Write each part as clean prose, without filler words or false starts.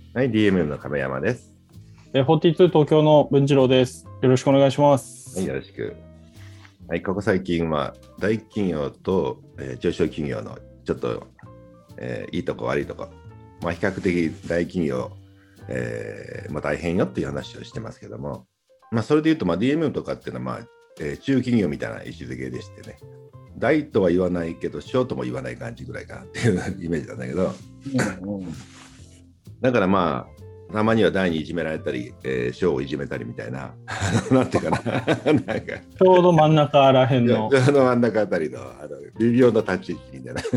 はい、DMM の亀山です。 42東京の文次郎です。よろしくお願いしまはい、 す。 よろしく。はい、ここ最近は大企業と、中小企業のちょっと、いいとこ悪いとこ、比較的大企業、大変よっていう話をしてますけども、それでいうと、DMM とかっていうのは、中企業みたいな位置づけでしてね、大とは言わないけど小とも言わない感じぐらいかなっていうイメージなんだけど、だからたまには大にいじめられたり、小をいじめたりみたいな、なんていうかな、なんかちょうど真ん中らへんの。 真ん中あたりの、微妙な立ち位置みたいな。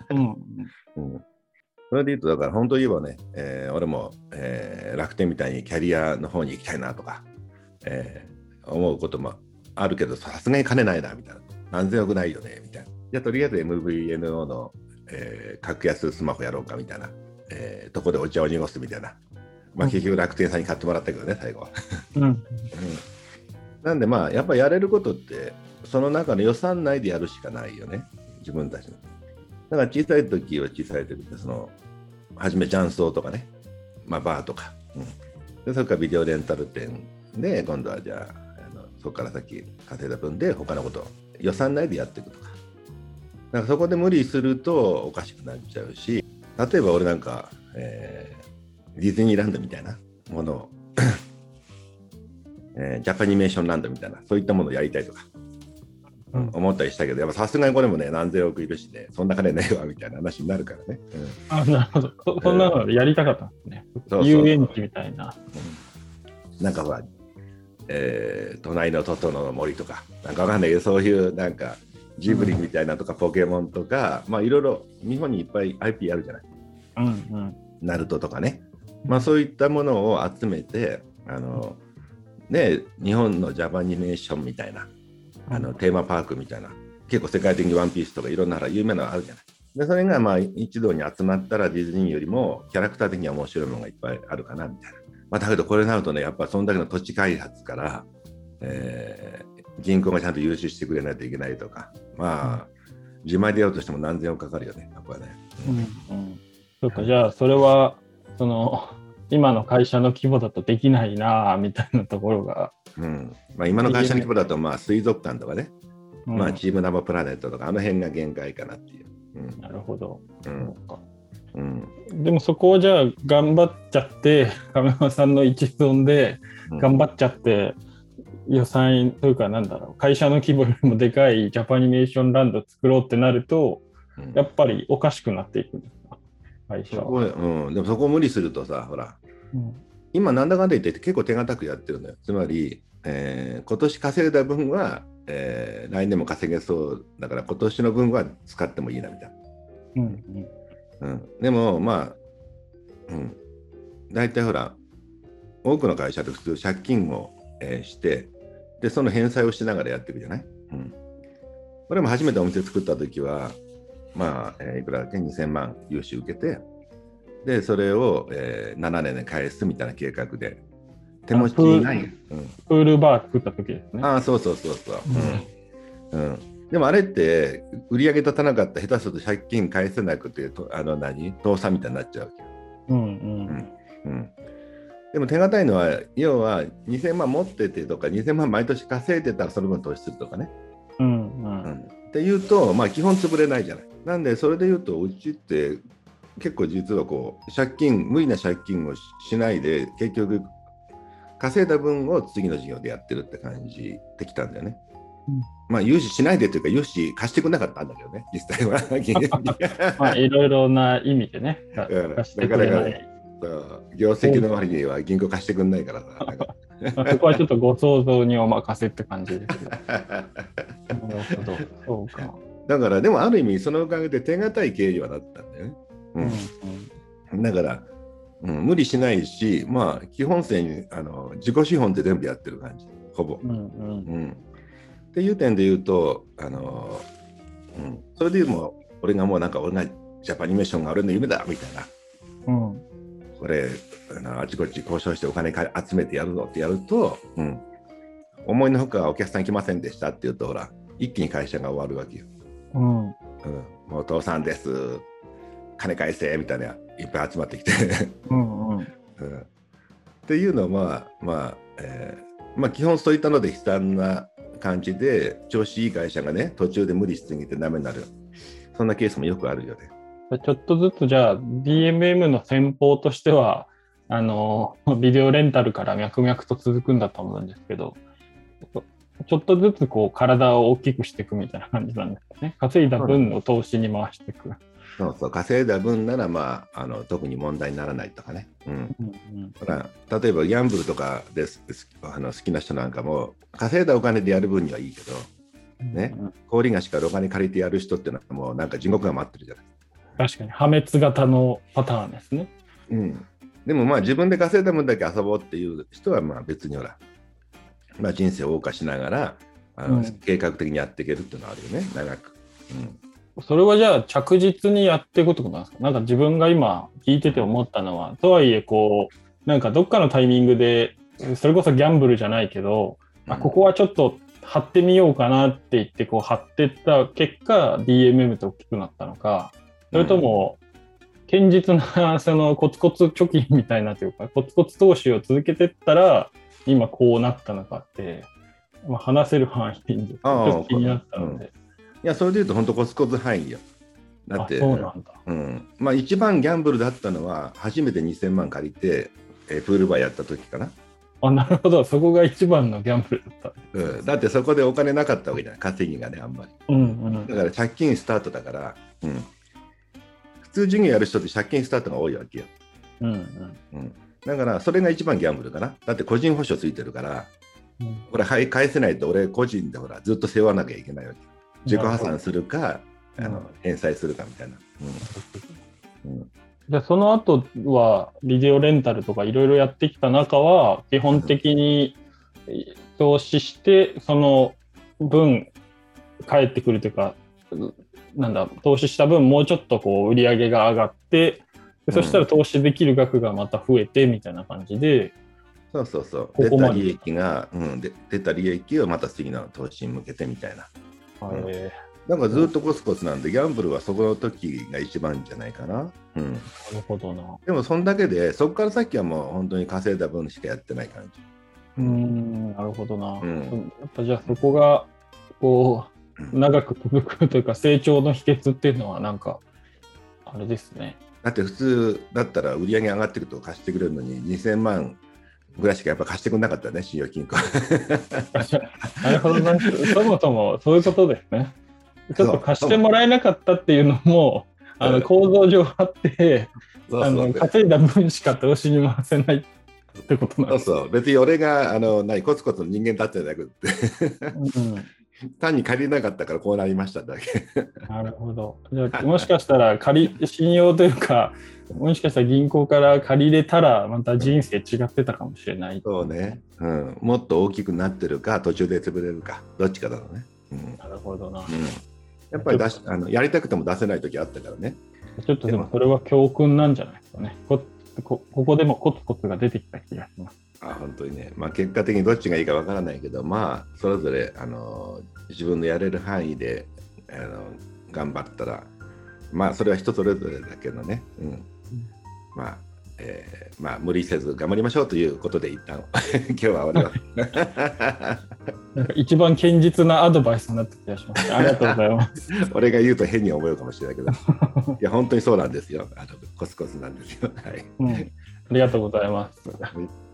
それで言うと、だから本当言えばね、俺も、楽天みたいにキャリアの方に行きたいなとか、思うこともあるけど、さすがに金ないなみたいな。何千億ないよねみたいな。じゃあとりあえず MVNO の、格安スマホやろうかみたいな、とこでお茶を濁すみたいな。結局楽天さんに買ってもらったけどね、最後は。なんでやっぱりやれることって、その中の予算内でやるしかないよね、自分たちの。だから小さい時は小さい時で、はじめ雀荘とかね、バーとか、でそれからビデオレンタル店で、今度はじゃあ、そこから先稼いだ分で他のことを予算内でやっていくとか。だからそこで無理するとおかしくなっちゃうし、例えば俺なんか、ディズニーランドみたいなものを、ジャパニメーションランドみたいな、そういったものをやりたいとか、思ったりしたけど、やっぱさすがにこれもね、何千億いるしね、そんな金ねえわみたいな話になるからね。 なるほど。そんなのやりたかったんですね。遊園地みたいな。 なんかほら、隣のトトロの森とか、なんかわかんないけど、そういうなんかジブリみたいなとか、ポケモンとか、いろいろ日本にいっぱい IP あるじゃない。ナルトとかね。そういったものを集めて、日本のジャパニメーションみたいな、テーマパークみたいな、結構世界的にワンピースとかいろんな有名なのあるじゃない。でそれが一堂に集まったらディズニーよりもキャラクター的には面白いものがいっぱいあるかなみたいな。だけどこれになるとね、やっぱそんだけの土地開発から、銀行がちゃんと融資してくれないといけないとか、自前でやろうとしても何千億かかるよね、やっぱりね。 そうか、じゃあそれは今の会社の規模だとできないなみたいなところが、 今の会社の規模だと水族館とかね、チームナバプラネットとかあの辺が限界かなっていう。 なるほど。でもそこをじゃあ頑張っちゃって亀山さんの一存で頑張っちゃって、予算というか会社の規模よりもでかいジャパニメーションランド作ろうってなると、やっぱりおかしくなっていくんですか、会社は。 でもそこを無理するとさ、ほら、今なんだかんだ言って結構手堅くやってるんだよ。つまり、今年稼いだ分は、来年も稼げそうだから今年の分は使ってもいいなみたいな。でも大体ほら、多くの会社って普通借金を、して、でその返済をしながらやっていくじゃない。これも初めてお店作った時は、いくらだっけ、2000万融資受けて、でそれを、7年で返すみたいな計画で、手持ちない、 プールバー作った時ですね。 そう。でもあれって売り上げ立たなかったら下手すると借金返せなくて倒産みたいになっちゃうわけよ。でも手堅いのは、要は2000万持っててとか2000万毎年稼いでたらその分投資するとかね。っていうと、基本潰れないじゃない。なんでそれでいうと、うちって結構実は無理な借金をしないで、結局稼いだ分を次の事業でやってるって感じできたんだよね。融資しないでというか、融資貸してくれなかったんだけどね、実際は。 いろいろな意味でね、貸してくれない。 業績の割には銀行貸してくれないからさ。 そこはちょっとご想像にお任せって感じですけど。なるほど、そうか。 だから、でもある意味、そのおかげで手堅い経営にはなったんだよね。だから、無理しないし、基本線に自己資本って全部やってる感じ、ほぼ。っていう点で言うと、それでも俺が俺がジャパニメーションが俺の夢だみたいな、これあちこち交渉してお金集めてやるぞってやると、思いのほかお客さん来ませんでしたって言うと、ほら一気に会社が終わるわけよ。もう倒産です、 金返せみたいないっぱい集まってきて、 うんうん。 っていうのはまあ基本そういったので悲惨な感じで調子いい会社がね途中で無理しすぎてダメになる、そんなケースもよくあるよね。 ちょっとずつじゃあ DMM の戦法としてはビデオレンタルから脈々と続くんだと思うんですけど、ちょっとずつこう体を大きくしていくみたいな感じなんですね。稼いだ分の投資に回していく。 そうそう、稼いだ分なら、まあ、特に問題にならないとかね。ほら例えばギャンブルとかです好きな人なんかも稼いだお金でやる分にはいいけど、ね、氷菓子からお金借りてやる人ってのはもうなんか地獄が待ってるじゃない。 確かに破滅型のパターンですね。 でもまあ自分で稼いだ分だけ遊ぼうっていう人はまあ別にほら、まあ、人生を謳歌しながら計画的にやっていけるっていうのはあるよね、長く。 それはじゃあ着実にやっていくってことなんですか？なんか自分が今聞いてて思ったのは、とはいえこうなんかどっかのタイミングでそれこそギャンブルじゃないけど、ここはちょっと張ってみようかなって言ってこう張ってった結果 DMM って大きくなったのか、それとも堅実なそのコツコツ貯金みたいなというかコツコツ投資を続けてったら今こうなったのかって、話せる範囲でちょっと気になったので。 いや、それで言うと本当コツコツ範囲よ。だって、 そうなんだ。 まあ一番ギャンブルだったのは初めて2000万借りて、プールバーやった時かな。 なるほど、そこが一番のギャンブルだった。 だってそこでお金なかったわけじゃない、稼ぎがね、あんまり。だから借金スタートだから、普通授業やる人って借金スタートが多いわけよ。だからそれが一番ギャンブルかな。だって個人保証ついてるから、これ返せないと俺個人でほらずっと背負わなきゃいけないわけ。自己破産するか返済するかみたいな。 じゃあその後はビデオレンタルとかいろいろやってきた中は基本的に投資してその分返ってくるというか、なんだ投資した分もうちょっとこう売り上げが上がって、そしたら投資できる額がまた増えてみたいな感じで。 そう出た利益が、出た利益をまた次の投資に向けてみたいな。なんかずっとコツコツなんで、ギャンブルはそこの時が一番じゃないかな。なるほどな。 でもそんだけで、そこから先はもう本当に稼いだ分しかやってない感じ。 なるほどな。やっぱじゃあそこがこう長く続くというか成長の秘訣っていうのはなんかあれですね。 だって普通だったら売り上げ上がってると貸してくれるのに2000万ぐらいしかやっぱ貸してくれなかったね、信用金庫。 なるほどな。そもそもそういうことですね。ちょっと貸してもらえなかったっていうのも構造上あって稼いだ分しか投資に回せないってことなんです。 そう別に俺がコツコツの人間だったんじゃなくって単に借りなかったからこうなりましただけ。 なるほど。じゃあもしかしたら信用というかもしかしたら銀行から借りれたらまた人生違ってたかもしれない。 そうね、もっと大きくなってるか途中で潰れるかどっちかだろうね。 なるほどな。 やっぱりやりたくても出せない時あったからね。 ちょっとでもそれは教訓なんじゃないですかね。ここでもコツコツが出てきた気がします。 本当にね、結果的にどっちがいいかわからないけど、それぞれ自分のやれる範囲で頑張ったら、それは人それぞれだけどね、無理せず頑張りましょうということで一旦今日は終わります。 なんか一番堅実なアドバイスになった気がします。ありがとうございます。 俺が言うと変に思うかもしれないけど、いや本当にそうなんですよ。コツコツなんですよ。 ありがとうございます。